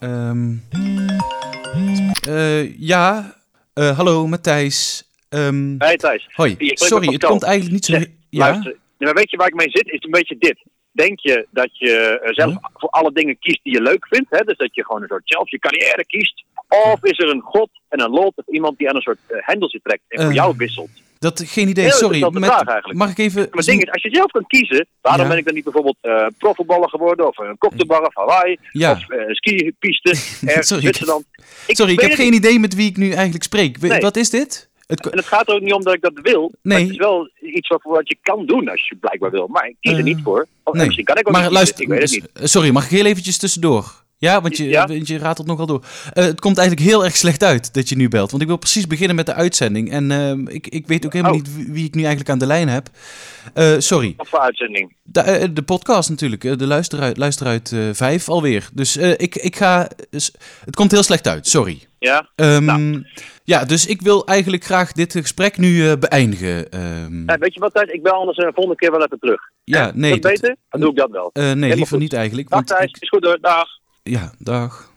Hallo, met Thijs. Hey Thijs. Hoi, sorry, het komt eigenlijk niet zo... Luister, maar weet je waar ik mee zit? Is een beetje dit. Denk je dat je zelf voor alle dingen kiest die je leuk vindt? Hè? Dus dat je gewoon een soort zelf je carrière kiest. Of is er een god en een lot of iemand die aan een soort hendeltje trekt en voor jou wisselt? Geen idee, heel sorry. Mag ik even... Maar het ding is, als je zelf kan kiezen, waarom ben ik dan niet bijvoorbeeld profvoetballer geworden? Of een cocktailbar of Hawaii? Of skipiste, Zwitserland? Ik heb geen idee met wie ik nu eigenlijk spreek. Wat is dit? En het gaat er ook niet om dat ik dat wil. Nee. Maar het is wel iets wat je kan doen als je blijkbaar wil. Maar ik kies er niet voor. Nee. Misschien kan ik ook niet luister, ik weet het niet. Sorry, mag ik heel eventjes tussendoor? Ja, want je ratelt nogal door. Het komt eigenlijk heel erg slecht uit dat je nu belt. Want ik wil precies beginnen met de uitzending. En ik weet ook helemaal niet wie ik nu eigenlijk aan de lijn heb. Sorry. Wat voor uitzending? De podcast natuurlijk. De luisteruit 5 alweer. Dus ik ga... Het komt heel slecht uit, sorry. Ja? Ja, dus ik wil eigenlijk graag dit gesprek nu beëindigen. Weet je wat, Thijs? Ik bel anders de volgende keer wel even terug. Ja, nee. Is dat beter? Dan doe ik dat wel. Nee, liever niet eigenlijk. Dag Thijs, is goed hoor. Dag. Ja, dag.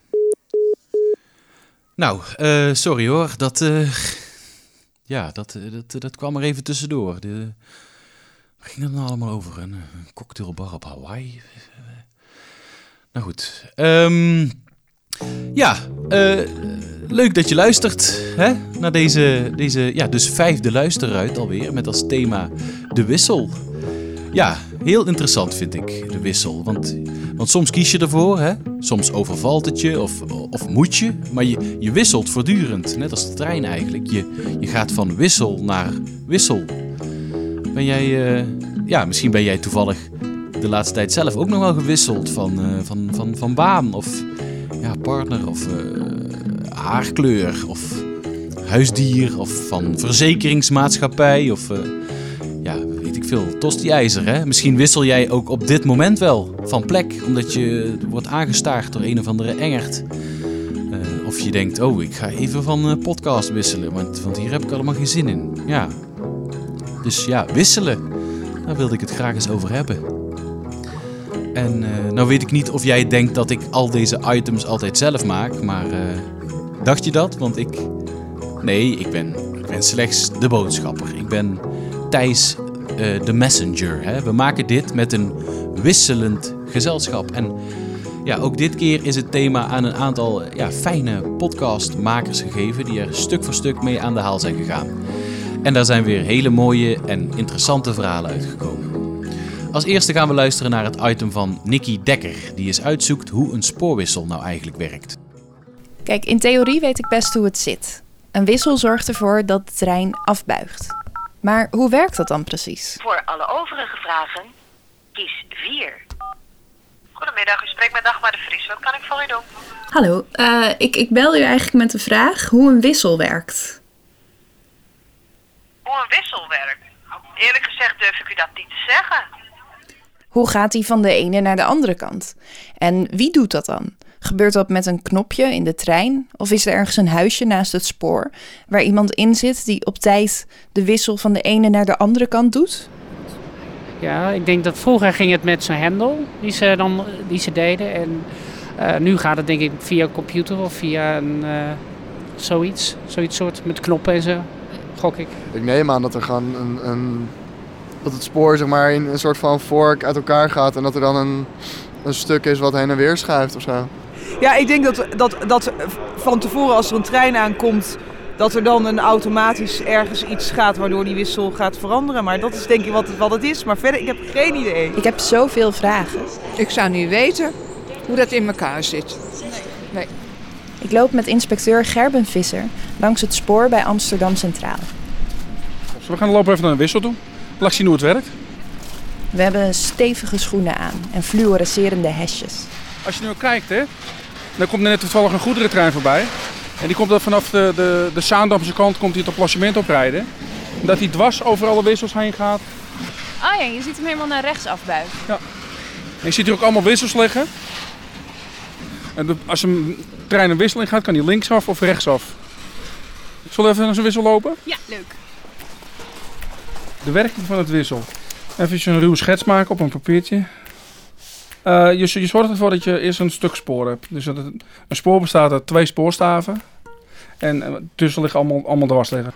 Nou, sorry hoor. Dat kwam er even tussendoor. Waar ging het nou allemaal over? Een cocktailbar op Hawaii? Nou goed. Leuk dat je luistert naar deze dus 5e luisteruit alweer. Met als thema de wissel. Ja, heel interessant vind ik, de wissel. Want soms kies je ervoor, hè? Soms overvalt het je of moet je. Maar je wisselt voortdurend, net als de trein eigenlijk. Je gaat van wissel naar wissel. Misschien ben jij toevallig de laatste tijd zelf ook nog wel gewisseld van baan of partner of haarkleur of huisdier of van verzekeringsmaatschappij of... weet ik veel, tosti-ijzer, hè? Misschien wissel jij ook op dit moment wel van plek, omdat je wordt aangestaard door een of andere engert. Of je denkt, ik ga even van podcast wisselen, want hier heb ik allemaal geen zin in. Ja. Dus ja, wisselen. Daar wilde ik het graag eens over hebben. En nou weet ik niet of jij denkt dat ik al deze items altijd zelf maak, maar dacht je dat? Want ik ben slechts de boodschapper. Ik ben Thijs de messenger. Hè? We maken dit met een wisselend gezelschap. En ook dit keer is het thema aan een aantal fijne podcastmakers gegeven die er stuk voor stuk mee aan de haal zijn gegaan. En daar zijn weer hele mooie en interessante verhalen uitgekomen. Als eerste gaan we luisteren naar het item van Nikki Dekker, die eens uitzoekt hoe een spoorwissel nou eigenlijk werkt. Kijk, in theorie weet ik best hoe het zit. Een wissel zorgt ervoor dat de trein afbuigt. Maar hoe werkt dat dan precies? Voor alle overige vragen, kies 4. Goedemiddag, u spreekt met Dagmar de Vries. Wat kan ik voor u doen? Hallo, ik bel u eigenlijk met de vraag hoe een wissel werkt. Hoe een wissel werkt? Eerlijk gezegd durf ik u dat niet te zeggen. Hoe gaat die van de ene naar de andere kant? En wie doet dat dan? Gebeurt dat met een knopje in de trein? Of is er ergens een huisje naast het spoor waar iemand in zit die op tijd de wissel van de ene naar de andere kant doet? Ja, ik denk dat vroeger ging het met zo'n hendel die ze deden. En nu gaat het denk ik via een computer of via zoiets soort met knoppen en zo, gok ik. Ik neem aan dat er gewoon dat het spoor zeg maar in een soort van vork uit elkaar gaat en dat er dan een stuk is wat heen en weer schuift of zo. Ja, ik denk dat van tevoren als er een trein aankomt, dat er dan een automatisch ergens iets gaat waardoor die wissel gaat veranderen. Maar dat is denk ik wat het is. Maar verder, ik heb geen idee. Ik heb zoveel vragen. Ik zou niet weten hoe dat in elkaar zit. Nee. Ik loop met inspecteur Gerben Visser langs het spoor bij Amsterdam Centraal. We gaan lopen even naar een wissel toe. Laat zien hoe het werkt. We hebben stevige schoenen aan en fluorescerende hesjes. Als je nu kijkt, dan komt er net toevallig een goederentrein voorbij. En die komt dan vanaf de Zaandamse kant komt hij het emplacement oprijden. Dat hij dwars over alle wissels heen gaat. Oh ja, je ziet hem helemaal naar rechts afbuigen. Ja. En je ziet hier ook allemaal wissels liggen. En als een trein een wissel in gaat, kan hij linksaf of rechtsaf. Zullen we even naar zijn wissel lopen? Ja, leuk. De werking van het wissel. Even een ruwe schets maken op een papiertje. Je zorgt ervoor dat je eerst een stuk spoor hebt. Dus een spoor bestaat uit 2 spoorstaven. En tussen liggen allemaal dwarsliggen.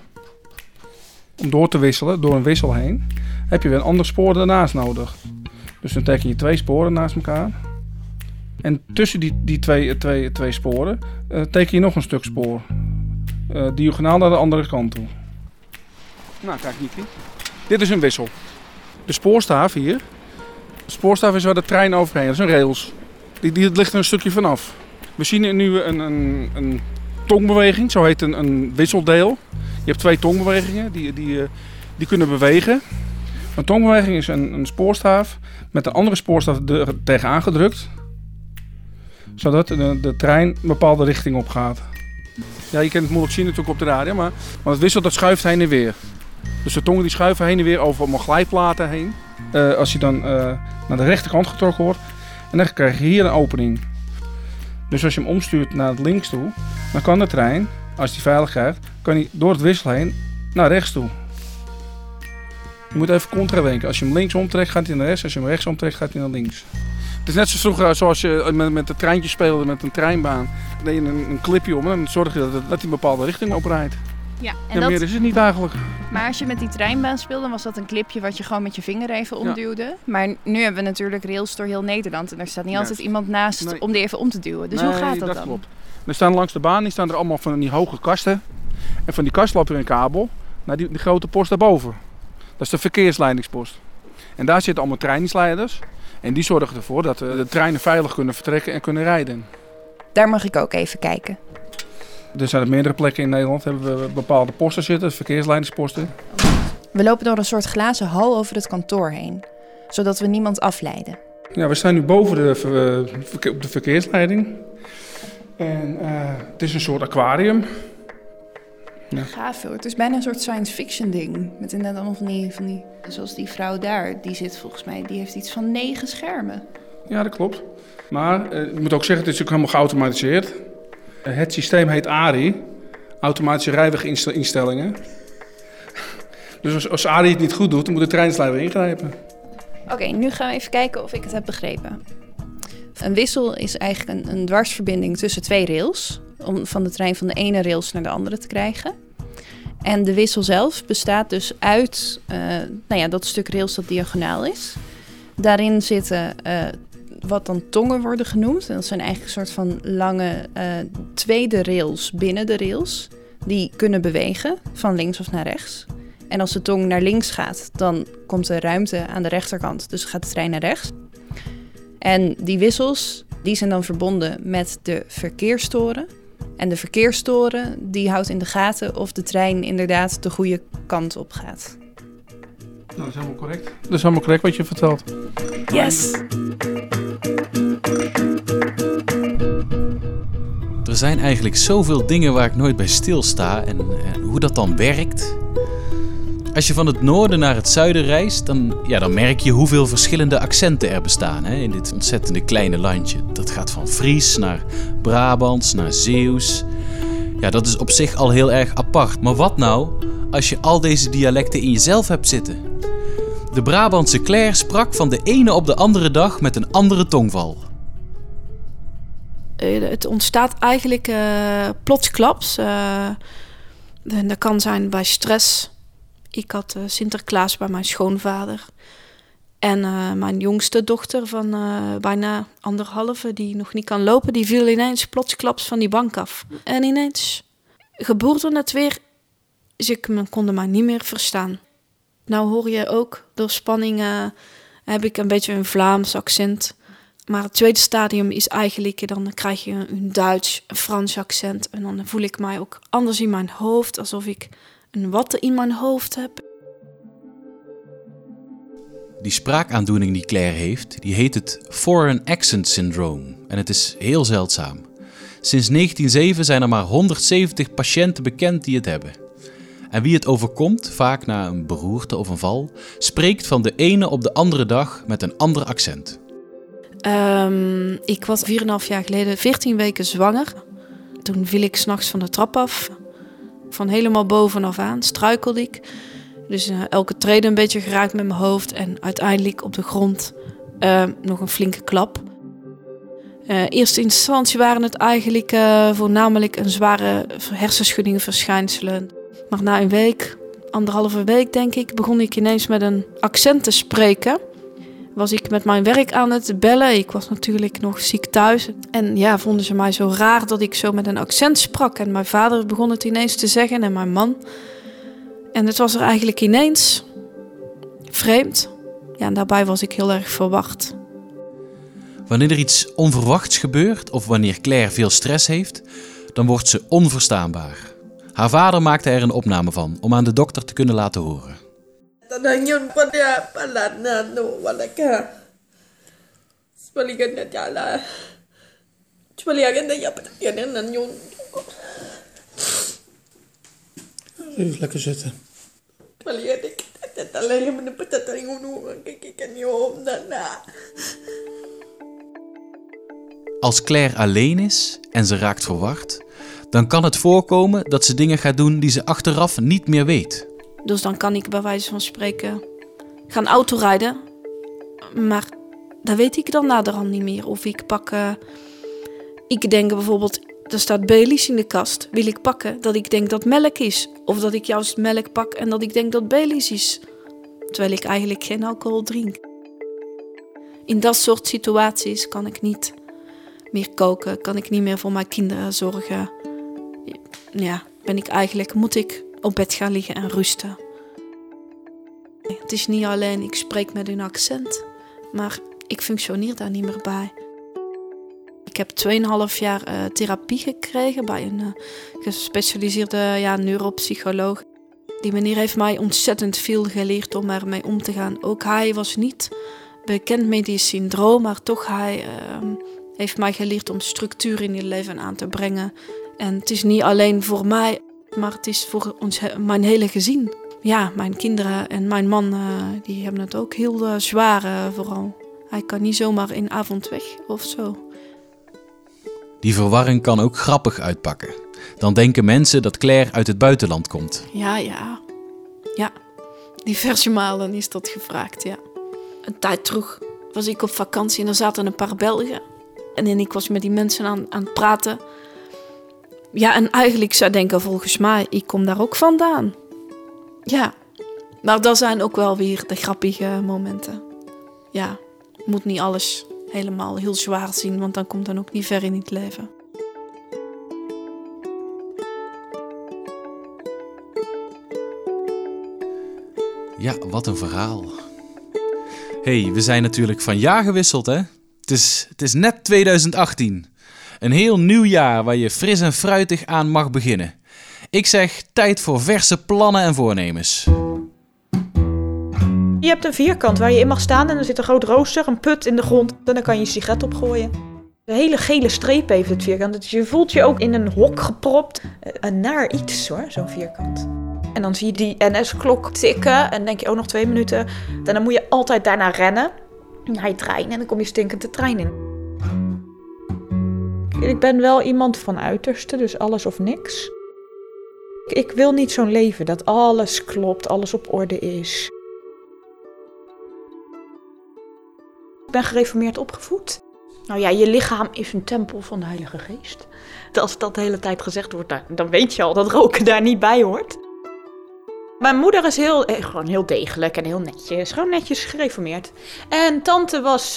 Om door te wisselen, door een wissel heen, heb je weer een ander spoor daarnaast nodig. Dus dan teken je 2 sporen naast elkaar. En tussen die twee sporen teken je nog een stuk spoor. Diagonaal naar de andere kant toe. Nou, kijk Niki. Dit is een wissel. De spoorstaaf hier. De spoorstaaf is waar de trein overheen. Dat is een rails. Die ligt er een stukje vanaf. We zien nu een tongbeweging. Zo heet een wisseldeel. Je hebt 2 tongbewegingen die kunnen bewegen. Een tongbeweging is een spoorstaaf met een andere spoorstaaf er tegenaan gedrukt. Zodat de trein een bepaalde richting op gaat. Ja, je kan het moeilijk zien natuurlijk op de radio, maar het wissel dat schuift heen en weer. Dus de tongen die schuiven heen en weer over allemaal glijplaten heen. Als je dan naar de rechterkant getrokken wordt. En dan krijg je hier een opening. Dus als je hem omstuurt naar het links toe, dan kan de trein, als hij veilig krijgt, kan hij door het wissel heen naar rechts toe. Je moet even contra denken. Als je hem links omtrekt, gaat hij naar rechts. Als je hem rechts omtrekt, gaat hij naar links. Het is net zo vroeger zoals je met de treintjes speelde met een treinbaan. Dan deed je een clipje om en dan zorg je dat hij een bepaalde richting oprijdt. Ja, en meer is het niet eigenlijk. Maar als je met die treinbaan speelde, dan was dat een clipje wat je gewoon met je vinger even omduwde. Ja. Maar nu hebben we natuurlijk rails door heel Nederland. En daar staat niet altijd iemand naast om die even om te duwen. Dus hoe gaat dat dan? Klopt. Er staan langs de baan er allemaal van die hoge kasten. En van die kast loopt er een kabel naar die grote post daarboven. Dat is de verkeersleidingspost. En daar zitten allemaal treinleiders. En die zorgen ervoor dat de treinen veilig kunnen vertrekken en kunnen rijden. Daar mag ik ook even kijken. Er zijn op meerdere plekken in Nederland hebben we bepaalde posten zitten, verkeersleidingsposten. We lopen door een soort glazen hal over het kantoor heen, zodat we niemand afleiden. Ja, we staan nu boven op de verkeersleiding. En het is een soort aquarium. Ja. Gaaf hoor. Het is bijna een soort science fiction ding. Met inderdaad allemaal van die... Zoals die vrouw daar, die zit volgens mij... Die heeft iets van 9 schermen. Ja, dat klopt. Maar ik moet ook zeggen, het is ook helemaal geautomatiseerd. Het systeem heet ARI. Automatische rijweginstellingen. Dus als ARI het niet goed doet, dan moet de treinsleider ingrijpen. Oké, nu gaan we even kijken of ik het heb begrepen. Een wissel is eigenlijk een dwarsverbinding tussen 2 rails... om van de trein van de ene rails naar de andere te krijgen. En de wissel zelf bestaat dus uit dat stuk rails dat diagonaal is. Daarin zitten wat dan tongen worden genoemd. En dat zijn eigenlijk een soort van lange tweede rails binnen de rails. Die kunnen bewegen van links of naar rechts. En als de tong naar links gaat, dan komt er ruimte aan de rechterkant. Dus gaat de trein naar rechts. En die wissels die zijn dan verbonden met de verkeerstoren. En de verkeerstoren die houdt in de gaten of de trein inderdaad de goede kant op gaat. Nou, dat is helemaal correct. Dat is helemaal correct wat je vertelt. Yes! Er zijn eigenlijk zoveel dingen waar ik nooit bij stilsta en hoe dat dan werkt. Als je van het noorden naar het zuiden reist, dan merk je hoeveel verschillende accenten er bestaan in dit ontzettende kleine landje. Dat gaat van Fries naar Brabants naar Zeeuws. Ja, dat is op zich al heel erg apart. Maar wat nou als je al deze dialecten in jezelf hebt zitten? De Brabantse Claire sprak van de ene op de andere dag met een andere tongval. Het ontstaat eigenlijk plotsklaps. Dat kan zijn bij stress. Ik had Sinterklaas bij mijn schoonvader. En mijn jongste dochter van bijna 1,5, die nog niet kan lopen, die viel ineens plotsklaps van die bank af. En ineens gebeurde het weer. Dus ik kon mij niet meer verstaan. Nou hoor je ook, door spanning heb ik een beetje een Vlaams accent. Maar het tweede stadium is eigenlijk, dan krijg je een Duits, een Frans accent. En dan voel ik mij ook anders in mijn hoofd, alsof ik een watte in mijn hoofd heb. Die spraakaandoening die Claire heeft, die heet het Foreign Accent Syndrome. En het is heel zeldzaam. Sinds 1907 zijn er maar 170 patiënten bekend die het hebben. En wie het overkomt, vaak na een beroerte of een val, spreekt van de ene op de andere dag met een ander accent. Ik was 4,5 jaar geleden 14 weken zwanger. Toen viel ik 's nachts van de trap af. Van helemaal bovenaf aan struikelde ik. Dus elke trede een beetje geraakt met mijn hoofd. En uiteindelijk op de grond nog een flinke klap. Eerste instantie waren het eigenlijk voornamelijk een zware hersenschuddingverschijnselen. Maar na een week, 1,5 week denk ik, begon ik ineens met een accent te spreken. Was ik met mijn werk aan het bellen. Ik was natuurlijk nog ziek thuis. En ja, vonden ze mij zo raar dat ik zo met een accent sprak. En mijn vader begon het ineens te zeggen en mijn man. En het was er eigenlijk ineens vreemd. Ja, en daarbij was ik heel erg verwacht. Wanneer er iets onverwachts gebeurt of wanneer Claire veel stress heeft, dan wordt ze onverstaanbaar. Haar vader maakte er een opname van om aan de dokter te kunnen laten horen. Even lekker zitten. Als Claire alleen is en ze raakt verward, dan kan het voorkomen dat ze dingen gaat doen die ze achteraf niet meer weet. Dus dan kan ik bij wijze van spreken gaan autorijden. Maar dat weet ik dan naderhand niet meer. Of ik pak... ik denk bijvoorbeeld, er staat Baileys in de kast. Wil ik pakken dat ik denk dat melk is? Of dat ik juist melk pak en dat ik denk dat Baileys is? Terwijl ik eigenlijk geen alcohol drink. In dat soort situaties kan ik niet meer koken. Kan ik niet meer voor mijn kinderen zorgen. Ja, moet ik op bed gaan liggen en rusten. Het is niet alleen, ik spreek met een accent. Maar ik functioneer daar niet meer bij. Ik heb 2,5 jaar therapie gekregen bij een gespecialiseerde neuropsycholoog. Die meneer heeft mij ontzettend veel geleerd om ermee om te gaan. Ook hij was niet bekend met die syndroom, maar toch hij heeft mij geleerd om structuur in je leven aan te brengen. En het is niet alleen voor mij, maar het is voor mijn hele gezin. Ja, mijn kinderen en mijn man, die hebben het ook heel zwaar vooral. Hij kan niet zomaar een avond weg of zo. Die verwarring kan ook grappig uitpakken. Dan denken mensen dat Claire uit het buitenland komt. Ja. Diverse malen is dat gevraagd, ja. Een tijd terug was ik op vakantie en er zaten een paar Belgen. En ik was met die mensen aan het praten. Ja, en eigenlijk zou denken, volgens mij, ik kom daar ook vandaan. Ja, maar dat zijn ook wel weer de grappige momenten. Ja, je moet niet alles helemaal heel zwaar zien, want dan komt dan ook niet ver in het leven. Ja, wat een verhaal. Hey, we zijn natuurlijk van jaar gewisseld, hè? Het is net 2018. Een heel nieuw jaar waar je fris en fruitig aan mag beginnen. Ik zeg, tijd voor verse plannen en voornemens. Je hebt een vierkant waar je in mag staan en er zit een groot rooster, een put in de grond. En dan kan je sigaret opgooien. Een hele gele streep heeft het vierkant. Dus je voelt je ook in een hok gepropt. Een naar iets hoor, zo'n vierkant. En dan zie je die NS-klok tikken en denk je, nog 2 minuten. En dan moet je altijd daarna rennen naar je trein en dan kom je stinkend de trein in. Ik ben wel iemand van uiterste, dus alles of niks. Ik wil niet zo'n leven dat alles klopt, alles op orde is. Ik ben gereformeerd opgevoed. Nou ja, je lichaam is een tempel van de Heilige Geest. Als dat de hele tijd gezegd wordt, dan weet je al dat roken daar niet bij hoort. Mijn moeder is gewoon heel degelijk en heel netjes. Gewoon netjes gereformeerd. En tante was,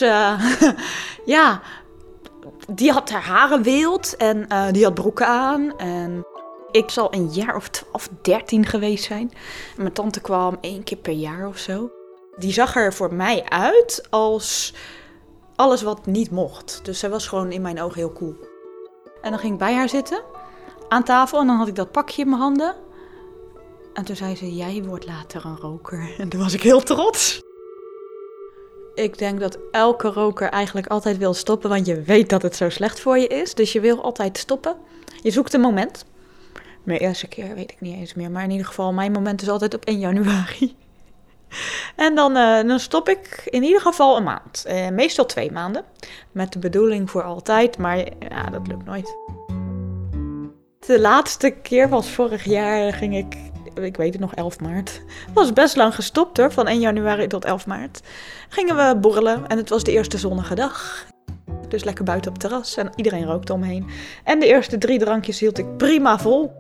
die had haar haren wild en die had broeken aan. En ik zal een jaar of 12, 13 geweest zijn. En mijn tante kwam 1 keer per jaar of zo. Die zag er voor mij uit als alles wat niet mocht. Dus zij was gewoon in mijn ogen heel cool. En dan ging ik bij haar zitten aan tafel en dan had ik dat pakje in mijn handen. En toen zei ze, jij wordt later een roker. En toen was ik heel trots. Ik denk dat elke roker eigenlijk altijd wil stoppen, want je weet dat het zo slecht voor je is. Dus je wil altijd stoppen. Je zoekt een moment. Mijn eerste keer weet ik niet eens meer, maar in ieder geval, mijn moment is altijd op 1 januari. En dan stop ik in ieder geval een maand. Meestal 2 maanden. Met de bedoeling voor altijd, maar ja, dat lukt nooit. De laatste keer was vorig jaar, ging ik ik weet het nog, 11 maart. Het was best lang gestopt hoor, van 1 januari tot 11 maart. Gingen we borrelen en het was de eerste zonnige dag. Dus lekker buiten op het terras en iedereen rookte omheen. En de eerste 3 drankjes hield ik prima vol.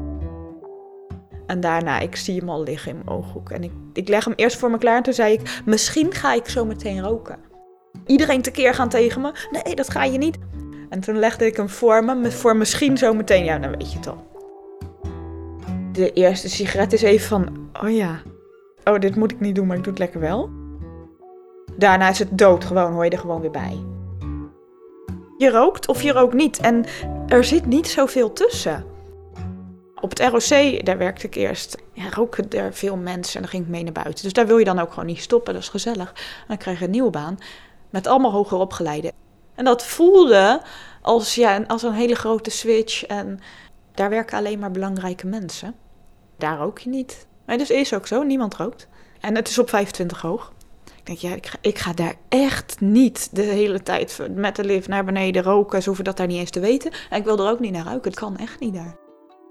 En daarna, ik zie hem al liggen in mijn ooghoek. En ik leg hem eerst voor me klaar en toen zei ik, misschien ga ik zo meteen roken. Iedereen tekeer gaan tegen me, nee dat ga je niet. En toen legde ik hem voor me, voor misschien zo meteen, ja dan weet je het al. De eerste sigaret is even van, oh ja, oh dit moet ik niet doen, maar ik doe het lekker wel. Daarna is het dood gewoon, hoor je er gewoon weer bij. Je rookt of je rookt niet en er zit niet zoveel tussen. Op het ROC, daar werkte ik eerst, roken er veel mensen en dan ging ik mee naar buiten. Dus daar wil je dan ook gewoon niet stoppen, dat is gezellig. En dan krijg je een nieuwe baan met allemaal hoger opgeleiden. En dat voelde als een hele grote switch en daar werken alleen maar belangrijke mensen. Daar rook je niet. Maar dat is ook zo, niemand rookt. En het is op 25 hoog. Ik denk, ik ga daar echt niet de hele tijd met de lift naar beneden roken. Ze hoeven dat daar niet eens te weten. En ik wil er ook niet naar ruiken, het kan echt niet daar.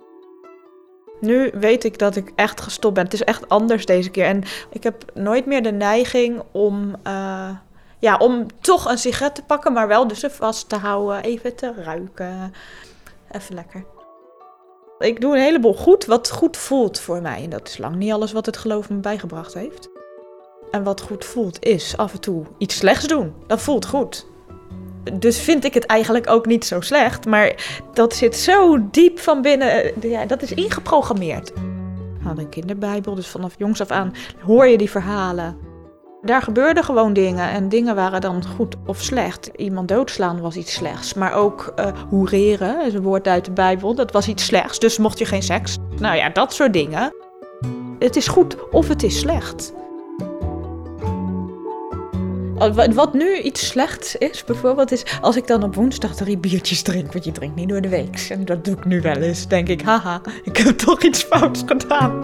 Nu weet ik dat ik echt gestopt ben. Het is echt anders deze keer. En ik heb nooit meer de neiging om toch een sigaret te pakken, maar wel dus er vast te houden, even te ruiken. Even lekker. Ik doe een heleboel goed wat goed voelt voor mij. En dat is lang niet alles wat het geloof me bijgebracht heeft. En wat goed voelt is af en toe iets slechts doen. Dat voelt goed. Dus vind ik het eigenlijk ook niet zo slecht. Maar dat zit zo diep van binnen. Ja, dat is ingeprogrammeerd. We hadden een kinderbijbel, dus vanaf jongs af aan hoor je die verhalen. Daar gebeurden gewoon dingen en dingen waren dan goed of slecht. Iemand doodslaan was iets slechts, maar ook hoereren, is een woord uit de Bijbel, dat was iets slechts, dus mocht je geen seks. Nou ja, dat soort dingen. Het is goed of het is slecht. Wat nu iets slechts is, bijvoorbeeld, is als ik dan op woensdag 3 biertjes drink, want je drinkt niet door de week. En dat doe ik nu wel eens, denk ik, haha, ik heb toch iets fouts gedaan.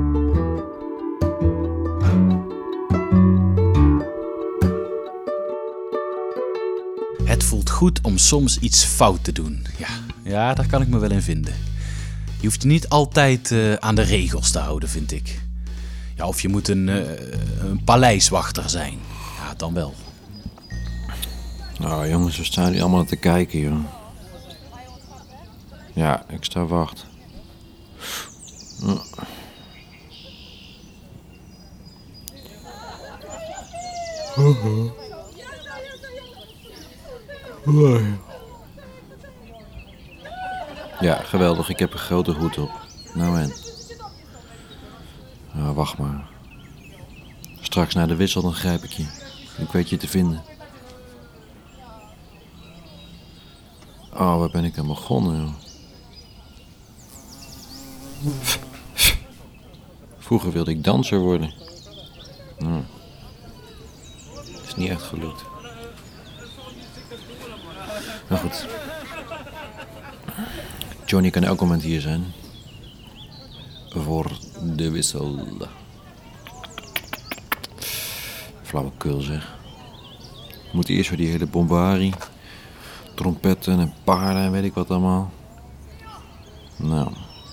Het voelt goed om soms iets fout te doen. Ja, daar kan ik me wel in vinden. Je hoeft je niet altijd aan de regels te houden, vind ik. Ja, of je moet een paleiswachter zijn. Ja, dan wel. Nou jongens, we staan hier allemaal te kijken, joh. Ja, ik sta wacht. Ja, geweldig. Ik heb een grote hoed op. Nou en? Nou, wacht maar. Straks na de wissel, dan grijp ik je. Ik weet je te vinden. Oh, waar ben ik aan begonnen, joh? Vroeger wilde ik danser worden. Nou, is niet echt gelukt. Maar goed. Johnny kan elk moment hier zijn. Voor de wissel. Flauwekul zeg. We moeten eerst weer die hele bombarie. Trompetten en paarden en weet ik wat allemaal. Nou.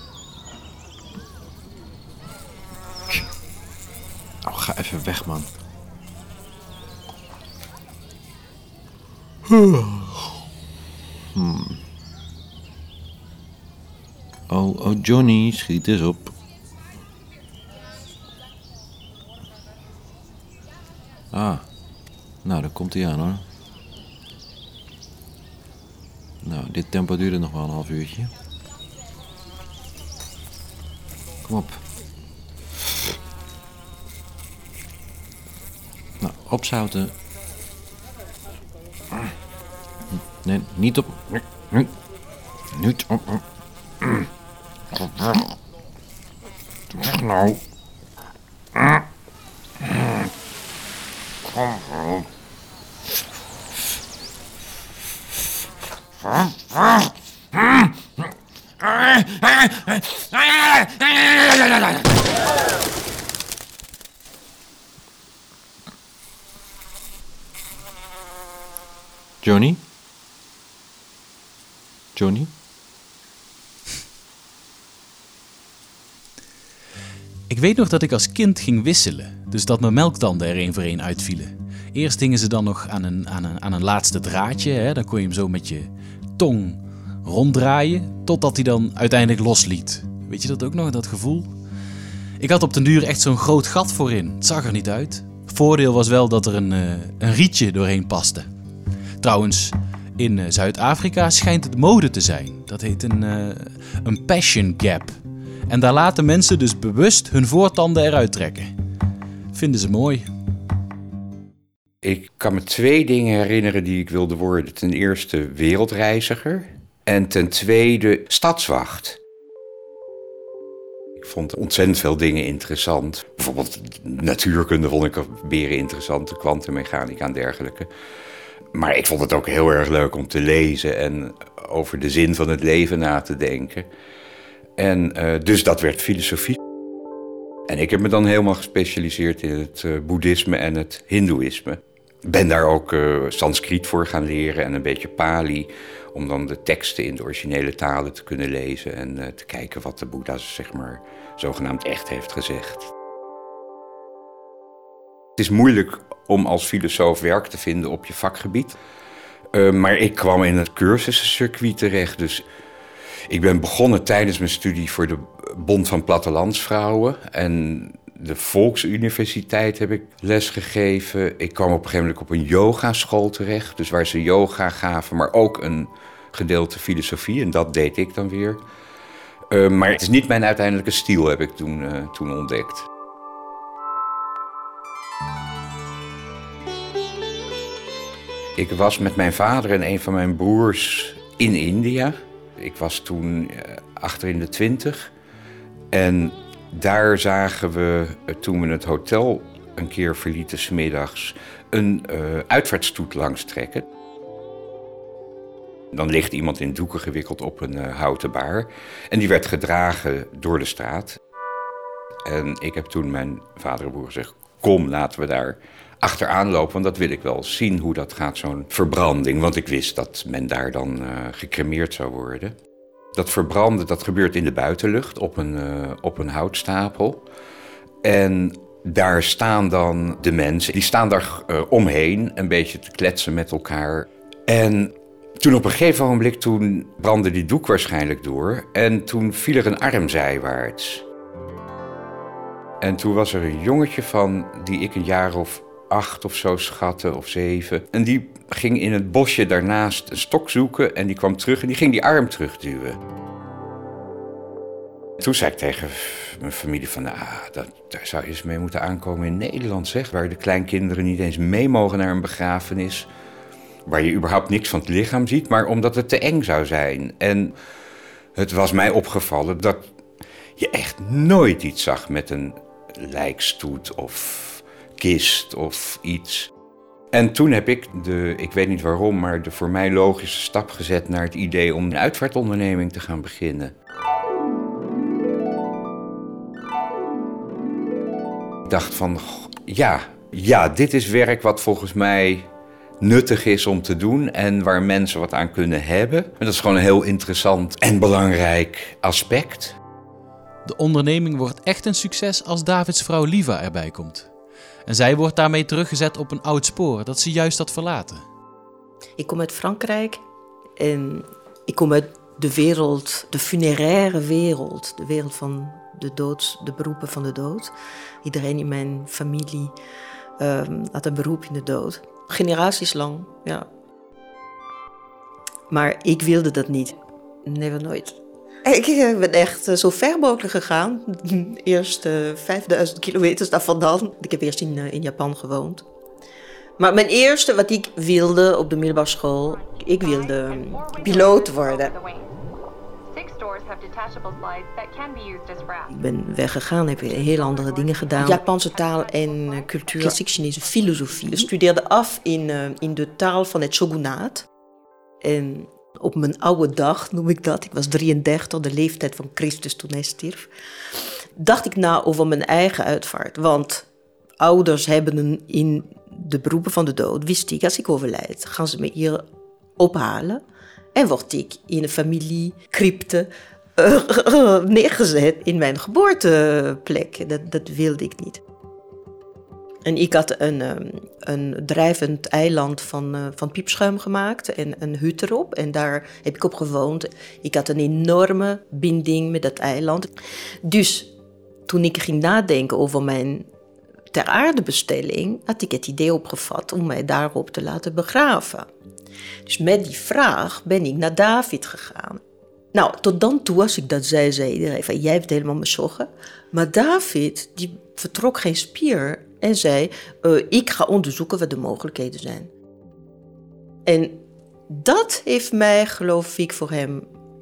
Oh, ga even weg, man. Oh, Johnny, schiet eens op. Ah, nou, daar komt hij aan, hoor. Nou, dit tempo duurde nog wel een half uurtje. Kom op. Nou, opzouten. Nee, niet op. Niet op. Weg nou. Kom op. Johnny? Johnny? weet nog dat ik als kind ging wisselen. Dus dat mijn melktanden er 1 voor 1 uitvielen. Eerst hingen ze dan nog aan een laatste draadje. Hè? Dan kon je hem zo met je tong ronddraaien. Totdat hij dan uiteindelijk losliet. Weet je dat ook nog, dat gevoel? Ik had op den duur echt zo'n groot gat voorin. Het zag er niet uit. Voordeel was wel dat er een rietje doorheen paste. Trouwens, in Zuid-Afrika schijnt het mode te zijn. Dat heet een passion gap. En daar laten mensen dus bewust hun voortanden eruit trekken. Vinden ze mooi. Ik kan me 2 dingen herinneren die ik wilde worden. Ten eerste wereldreiziger en ten tweede stadswacht. Ik vond ontzettend veel dingen interessant. Bijvoorbeeld natuurkunde vond ik beren interessant, de kwantummechanica en dergelijke. Maar ik vond het ook heel erg leuk om te lezen en over de zin van het leven na te denken. En dus dat werd filosofie. En ik heb me dan helemaal gespecialiseerd in het boeddhisme en het hindoeïsme. Ben daar ook Sanskriet voor gaan leren en een beetje Pali, om dan de teksten in de originele talen te kunnen lezen en te kijken wat de Boeddha, zeg maar, zogenaamd echt heeft gezegd. Het is moeilijk om als filosoof werk te vinden op je vakgebied. Maar ik kwam in het cursuscircuit terecht. Dus ik ben begonnen tijdens mijn studie voor de Bond van Plattelandsvrouwen. En de Volksuniversiteit heb ik lesgegeven. Ik kwam op een gegeven moment op een yogaschool terecht. Dus waar ze yoga gaven, maar ook een gedeelte filosofie. En dat deed ik dan weer. Maar het is niet mijn uiteindelijke stijl, heb ik toen ontdekt. Ik was met mijn vader en een van mijn broers in India. Ik was toen achter in de 20. En daar zagen we, toen we het hotel een keer verlieten 's middags, een uitvaartstoet langstrekken. Dan ligt iemand in doeken gewikkeld op een houten baar. En die werd gedragen door de straat. En ik heb toen mijn vader en broer gezegd, kom, laten we daar achteraan lopen, want dat wil ik wel zien hoe dat gaat, zo'n verbranding. Want ik wist dat men daar dan gecremeerd zou worden. Dat verbranden, dat gebeurt in de buitenlucht op een houtstapel. En daar staan dan de mensen, die staan daar omheen, een beetje te kletsen met elkaar. En toen op een gegeven ogenblik, toen brandde die doek waarschijnlijk door. En toen viel er een arm zijwaarts. En toen was er een jongetje van, die ik een jaar of 8 of zo schatte, of 7. En die ging in het bosje daarnaast een stok zoeken en die kwam terug en die ging die arm terugduwen. Toen zei ik tegen mijn familie van, daar zou je eens mee moeten aankomen in Nederland, zeg. Waar de kleinkinderen niet eens mee mogen naar een begrafenis. Waar je überhaupt niks van het lichaam ziet, maar omdat het te eng zou zijn. En het was mij opgevallen dat je echt nooit iets zag met een lijkstoet of kist of iets. En toen heb ik ik weet niet waarom, maar de voor mij logische stap gezet naar het idee om een uitvaartonderneming te gaan beginnen. Ik dacht van, ja, dit is werk wat volgens mij nuttig is om te doen en waar mensen wat aan kunnen hebben. En dat is gewoon een heel interessant en belangrijk aspect. De onderneming wordt echt een succes als Davids vrouw Liva erbij komt. En zij wordt daarmee teruggezet op een oud spoor dat ze juist had verlaten. Ik kom uit Frankrijk en ik kom uit de wereld, de funeraire wereld. De wereld van de dood, de beroepen van de dood. Iedereen in mijn familie had een beroep in de dood. Generaties lang, ja. Maar ik wilde dat niet. Nee, nooit. Ik ben echt zo ver mogelijk gegaan. Eerst 5000 kilometer daar vandaan. Ik heb eerst in Japan gewoond. Maar mijn eerste wat ik wilde op de middelbare school, ik wilde piloot worden. Ik ben weggegaan, heb heel andere dingen gedaan. Japanse taal en cultuur, klassiek Chinese filosofie. Ik studeerde af in de taal van het shogunaat. En op mijn oude dag, noem ik dat, ik was 33, de leeftijd van Christus toen hij stierf, dacht ik na over mijn eigen uitvaart. Want ouders hebben in de beroepen van de dood, wist ik, als ik overlijd, gaan ze me hier ophalen. En word ik in een familiecrypte neergezet in mijn geboorteplek. Dat wilde ik niet. En ik had een drijvend eiland van piepschuim gemaakt en een hut erop. En daar heb ik op gewoond. Ik had een enorme binding met dat eiland. Dus toen ik ging nadenken over mijn ter aarde bestelling, had ik het idee opgevat om mij daarop te laten begraven. Dus met die vraag ben ik naar David gegaan. Nou, tot dan toe, als ik dat zei iedereen van, jij hebt helemaal me zorgen. Maar David, die vertrok geen spier en zei, ik ga onderzoeken wat de mogelijkheden zijn. En dat heeft mij, geloof ik, voor hem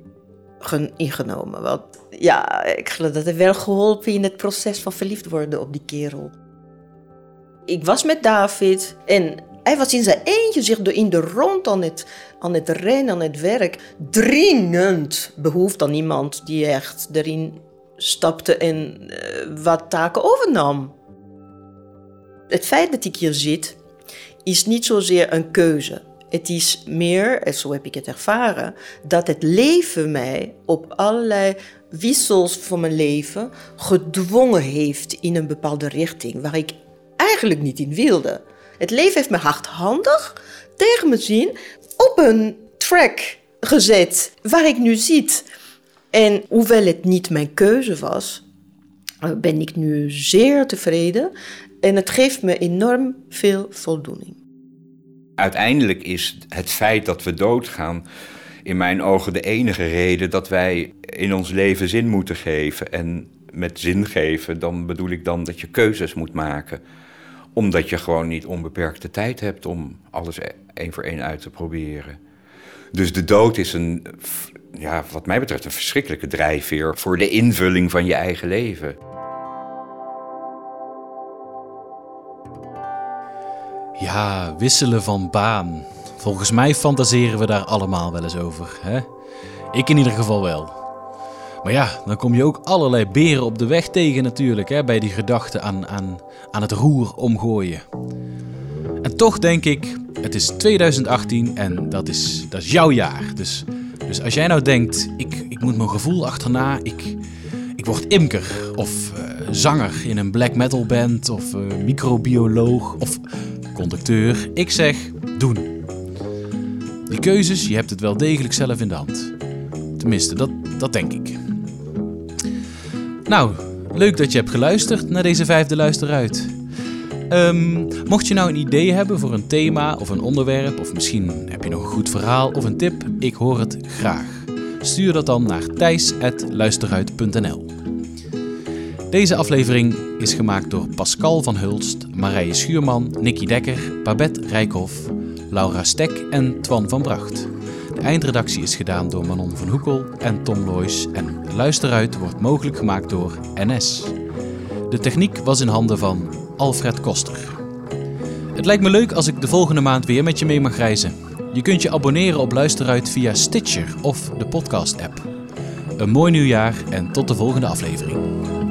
ingenomen. Want ja, ik geloof dat hij wel geholpen in het proces van verliefd worden op die kerel. Ik was met David en hij was in zijn eentje zich in de rond aan het rennen, aan het werk. Dringend behoefte aan iemand die echt erin stapte en wat taken overnam. Het feit dat ik hier zit, is niet zozeer een keuze. Het is meer, en zo heb ik het ervaren, dat het leven mij op allerlei wissels van mijn leven gedwongen heeft in een bepaalde richting waar ik eigenlijk niet in wilde. Het leven heeft me hardhandig tegen mijn zin op een track gezet waar ik nu zit. En hoewel het niet mijn keuze was, ben ik nu zeer tevreden en het geeft me enorm veel voldoening. Uiteindelijk is het feit dat we doodgaan in mijn ogen de enige reden dat wij in ons leven zin moeten geven. En met zin geven, dan bedoel ik dan dat je keuzes moet maken. Omdat je gewoon niet onbeperkte tijd hebt om alles één voor één uit te proberen. Dus de dood is wat mij betreft een verschrikkelijke drijfveer voor de invulling van je eigen leven. Ja, wisselen van baan. Volgens mij fantaseren we daar allemaal wel eens over, hè? Ik in ieder geval wel. Maar ja, dan kom je ook allerlei beren op de weg tegen natuurlijk, hè, bij die gedachte aan het roer omgooien. En toch denk ik, het is 2018 en dat is jouw jaar. Dus als jij nou denkt, ik moet mijn gevoel achterna, ik word imker of zanger in een black metal band of microbioloog of conducteur. Ik zeg, doen. Die keuzes, je hebt het wel degelijk zelf in de hand. Tenminste, dat denk ik. Nou, leuk dat je hebt geluisterd naar deze 5e Luisteruit. Mocht je nou een idee hebben voor een thema of een onderwerp, of misschien heb je nog een goed verhaal of een tip, ik hoor het graag. Stuur dat dan naar thijs@luisteruit.nl. Deze aflevering is gemaakt door Pascal van Hulst, Marije Schuurman, Nicky Dekker, Babette Rijkhoff, Laura Stek en Twan van Bracht. De eindredactie is gedaan door Manon van Hoekel en Tom Loijs en Luisteruit wordt mogelijk gemaakt door NS. De techniek was in handen van Alfred Koster. Het lijkt me leuk als ik de volgende maand weer met je mee mag reizen. Je kunt je abonneren op Luisteruit via Stitcher of de podcast-app. Een mooi nieuwjaar en tot de volgende aflevering.